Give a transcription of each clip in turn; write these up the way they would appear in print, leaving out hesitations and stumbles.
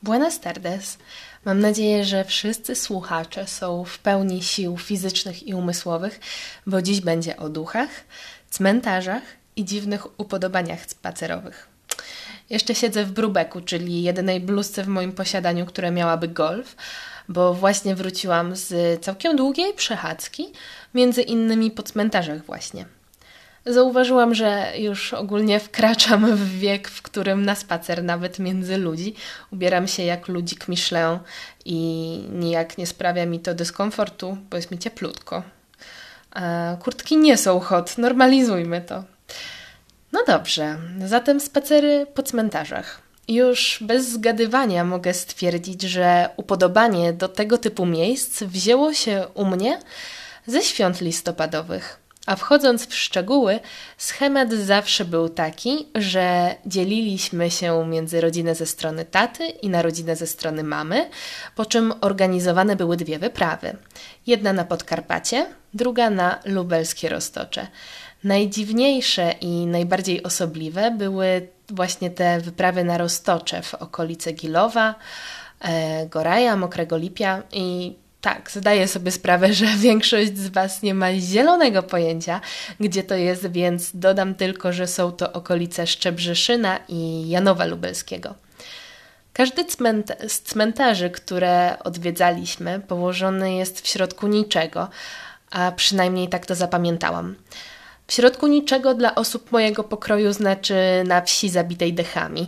Buenas tardes. Mam nadzieję, że wszyscy słuchacze są w pełni sił fizycznych i umysłowych, bo dziś będzie o duchach, cmentarzach i dziwnych upodobaniach spacerowych. Jeszcze siedzę w Brubeku, czyli jedynej bluzce w moim posiadaniu, która miałaby golf, bo właśnie wróciłam z całkiem długiej przechadzki, między innymi po cmentarzach właśnie. Zauważyłam, że już ogólnie wkraczam w wiek, w którym na spacer nawet między ludzi ubieram się jak ludzik Michelin i nijak nie sprawia mi to dyskomfortu, bo jest mi cieplutko. A kurtki nie są hot, normalizujmy to. No dobrze, zatem spacery po cmentarzach. Już bez zgadywania mogę stwierdzić, że upodobanie do tego typu miejsc wzięło się u mnie ze świąt listopadowych. A wchodząc w szczegóły, schemat zawsze był taki, że dzieliliśmy się między rodzinę ze strony taty i na rodzinę ze strony mamy, po czym organizowane były dwie wyprawy. Jedna na Podkarpacie, druga na lubelskie Roztocze. Najdziwniejsze i najbardziej osobliwe były właśnie te wyprawy na Roztocze w okolice Gilowa, Goraja, Mokrego Lipia i tak, zdaję sobie sprawę, że większość z Was nie ma zielonego pojęcia, gdzie to jest, więc dodam tylko, że są to okolice Szczebrzeszyna i Janowa Lubelskiego. Każdy z cmentarzy, które odwiedzaliśmy, położony jest w środku niczego, a przynajmniej tak to zapamiętałam. W środku niczego dla osób mojego pokroju znaczy na wsi zabitej dechami.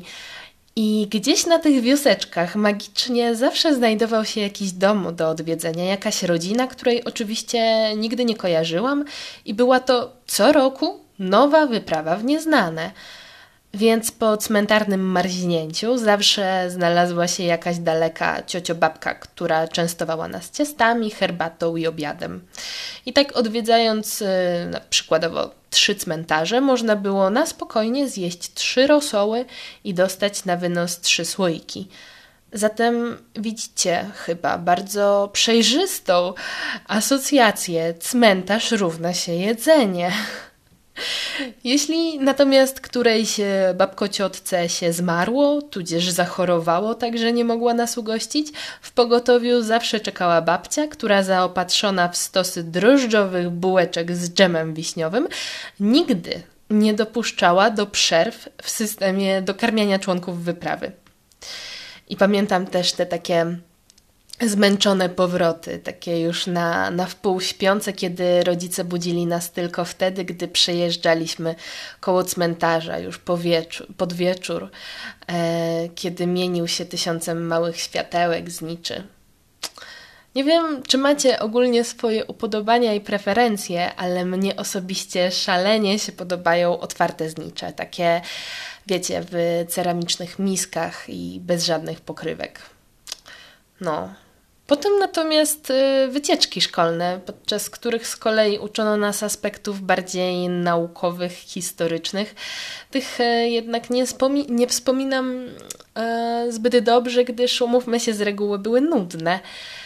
I gdzieś na tych wioseczkach magicznie zawsze znajdował się jakiś dom do odwiedzenia, jakaś rodzina, której oczywiście nigdy nie kojarzyłam i była to co roku nowa wyprawa w nieznane. Więc po cmentarnym marznięciu zawsze znalazła się jakaś daleka ciociobabka, która częstowała nas ciastami, herbatą i obiadem. I tak odwiedzając przykładowo 3 cmentarze, można było na spokojnie zjeść 3 rosoły i dostać na wynos 3 słoiki. Zatem widzicie chyba bardzo przejrzystą asocjację cmentarz równa się jedzenie. Jeśli natomiast którejś babkociotce się zmarło, tudzież zachorowało, tak że nie mogła nas ugościć, w pogotowiu zawsze czekała babcia, która zaopatrzona w stosy drożdżowych bułeczek z dżemem wiśniowym nigdy nie dopuszczała do przerw w systemie dokarmiania członków wyprawy. I pamiętam też te takie zmęczone powroty, takie już na wpół śpiące, kiedy rodzice budzili nas tylko wtedy, gdy przejeżdżaliśmy koło cmentarza już pod wieczór, kiedy mienił się tysiącem małych światełek, zniczy. Nie wiem, czy macie ogólnie swoje upodobania i preferencje, ale mnie osobiście szalenie się podobają otwarte znicze, takie, wiecie, w ceramicznych miskach i bez żadnych pokrywek. No. Potem natomiast wycieczki szkolne, podczas których z kolei uczono nas aspektów bardziej naukowych, historycznych. Tych jednak nie wspominam zbyt dobrze, gdyż umówmy się, z reguły były nudne.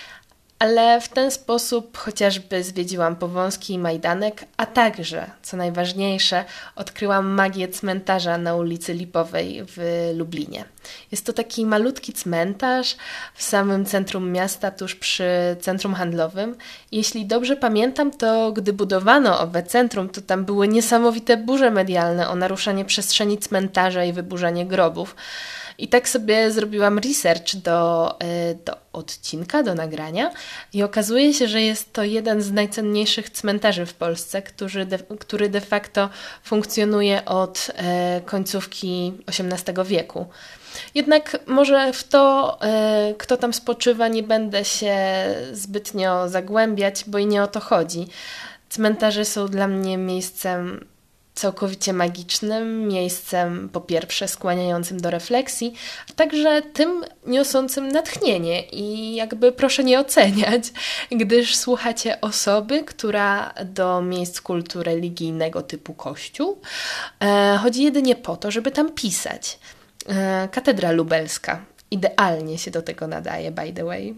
Ale w ten sposób chociażby zwiedziłam Powązki i Majdanek, a także, co najważniejsze, odkryłam magię cmentarza na ulicy Lipowej w Lublinie. Jest to taki malutki cmentarz w samym centrum miasta, tuż przy centrum handlowym. Jeśli dobrze pamiętam, to gdy budowano owe centrum, to tam były niesamowite burze medialne o naruszanie przestrzeni cmentarza i wyburzanie grobów. I tak sobie zrobiłam research do odcinka, do nagrania i okazuje się, że jest to jeden z najcenniejszych cmentarzy w Polsce, który de facto funkcjonuje od końcówki XVIII wieku. Jednak może w to, kto tam spoczywa, nie będę się zbytnio zagłębiać, bo i nie o to chodzi. Cmentarze są dla mnie miejscem całkowicie magicznym, miejscem po pierwsze skłaniającym do refleksji, a także tym niosącym natchnienie i jakby proszę nie oceniać, gdyż słuchacie osoby, która do miejsc kultu religijnego typu kościół chodzi jedynie po to, żeby tam pisać. Katedra lubelska idealnie się do tego nadaje, by the way.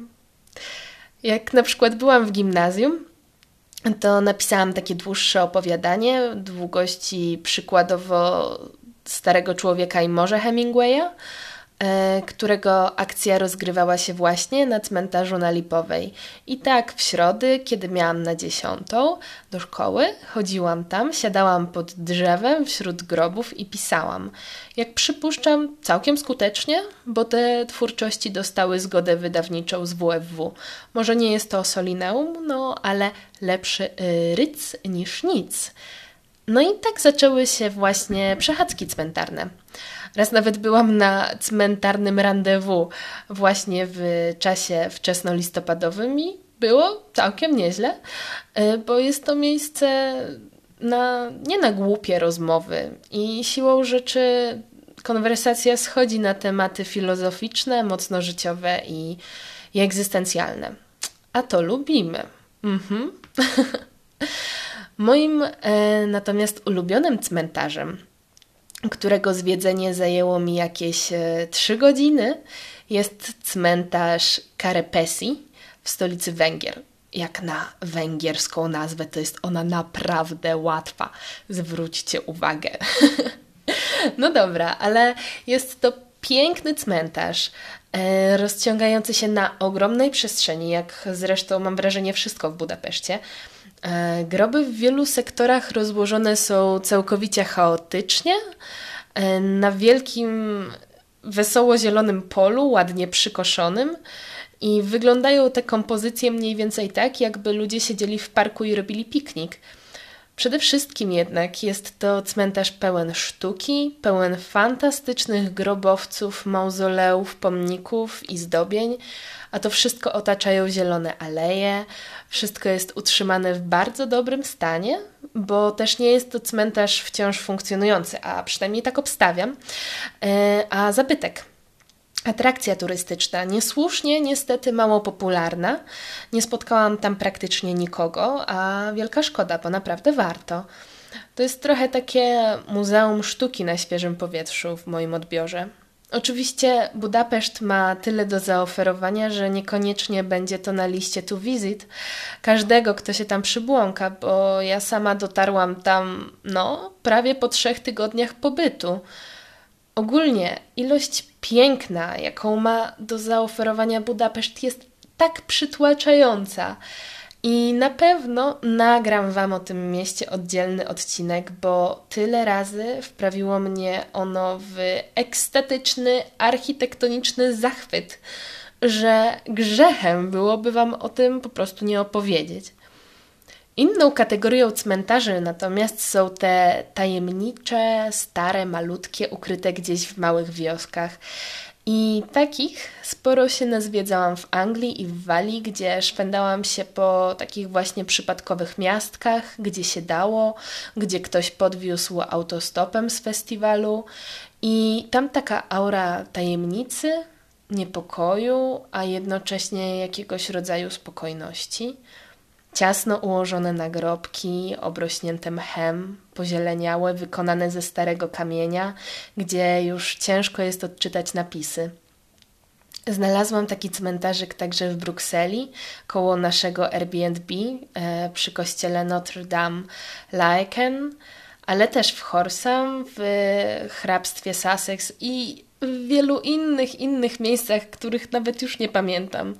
Jak na przykład byłam w gimnazjum, to napisałam takie dłuższe opowiadanie długości przykładowo Starego człowieka i morze Hemingwaya, którego akcja rozgrywała się właśnie na cmentarzu na Lipowej. I tak w środy, kiedy miałam na 10 do szkoły, chodziłam tam, siadałam pod drzewem wśród grobów i pisałam. Jak przypuszczam, całkiem skutecznie, bo te twórczości dostały zgodę wydawniczą z WFW. Może nie jest to Solineum, no ale lepszy ryc niż nic. No i tak zaczęły się właśnie przechadzki cmentarne. Raz nawet byłam na cmentarnym rendezvous właśnie w czasie wczesnolistopadowym i było całkiem nieźle, bo jest to miejsce nie na głupie rozmowy i siłą rzeczy konwersacja schodzi na tematy filozoficzne, mocno życiowe i egzystencjalne. A to lubimy. Moim natomiast ulubionym cmentarzem, którego zwiedzenie zajęło mi jakieś 3 godziny, jest cmentarz Kerepesi w stolicy Węgier. Jak na węgierską nazwę, to jest ona naprawdę łatwa. Zwróćcie uwagę. No dobra, ale jest to piękny cmentarz, rozciągający się na ogromnej przestrzeni, jak zresztą mam wrażenie wszystko w Budapeszcie. Groby w wielu sektorach rozłożone są całkowicie chaotycznie, na wielkim, wesoło zielonym polu, ładnie przykoszonym i wyglądają te kompozycje mniej więcej tak, jakby ludzie siedzieli w parku i robili piknik. Przede wszystkim jednak jest to cmentarz pełen sztuki, pełen fantastycznych grobowców, mauzoleów, pomników i zdobień, a to wszystko otaczają zielone aleje, wszystko jest utrzymane w bardzo dobrym stanie, bo też nie jest to cmentarz wciąż funkcjonujący, a przynajmniej tak obstawiam, a zabytek. Atrakcja turystyczna, niesłusznie niestety mało popularna. Nie spotkałam tam praktycznie nikogo, a wielka szkoda, bo naprawdę warto. To jest trochę takie muzeum sztuki na świeżym powietrzu w moim odbiorze. Oczywiście Budapeszt ma tyle do zaoferowania, że niekoniecznie będzie to na liście to visit każdego, kto się tam przybłąka, bo ja sama dotarłam tam, prawie po 3 tygodniach pobytu. Ogólnie ilość piękna, jaką ma do zaoferowania Budapeszt, jest tak przytłaczająca. I na pewno nagram Wam o tym mieście oddzielny odcinek, bo tyle razy wprawiło mnie ono w ekstatyczny, architektoniczny zachwyt, że grzechem byłoby Wam o tym po prostu nie opowiedzieć. Inną kategorią cmentarzy natomiast są te tajemnicze, stare, malutkie, ukryte gdzieś w małych wioskach. I takich sporo się nazwiedzałam w Anglii i w Walii, gdzie szwendałam się po takich właśnie przypadkowych miastkach, gdzie się dało, gdzie ktoś podwiózł autostopem z festiwalu i tam taka aura tajemnicy, niepokoju, a jednocześnie jakiegoś rodzaju spokojności. Ciasno ułożone nagrobki, obrośnięte mchem, pozieleniałe, wykonane ze starego kamienia, gdzie już ciężko jest odczytać napisy. Znalazłam taki cmentarzyk także w Brukseli, koło naszego Airbnb, przy kościele Notre Dame Laeken, ale też w Horsam, w hrabstwie Sussex i w wielu innych miejscach, których nawet już nie pamiętam.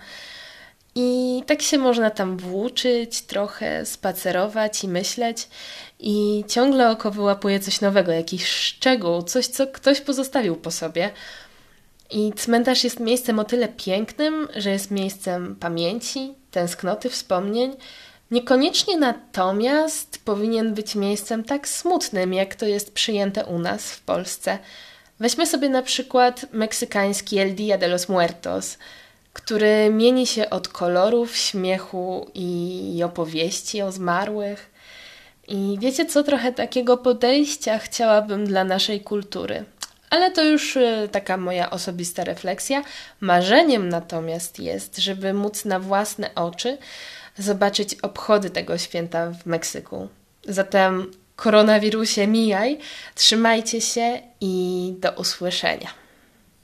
I tak się można tam włóczyć, trochę spacerować i myśleć i ciągle oko wyłapuje coś nowego, jakiś szczegół, coś, co ktoś pozostawił po sobie. I cmentarz jest miejscem o tyle pięknym, że jest miejscem pamięci, tęsknoty, wspomnień. Niekoniecznie natomiast powinien być miejscem tak smutnym, jak to jest przyjęte u nas w Polsce. Weźmy sobie na przykład meksykański El Día de los Muertos, który mieni się od kolorów, śmiechu i opowieści o zmarłych. I wiecie co, trochę takiego podejścia chciałabym dla naszej kultury. Ale to już taka moja osobista refleksja. Marzeniem natomiast jest, żeby móc na własne oczy zobaczyć obchody tego święta w Meksyku. Zatem koronawirusie mijaj, trzymajcie się i do usłyszenia.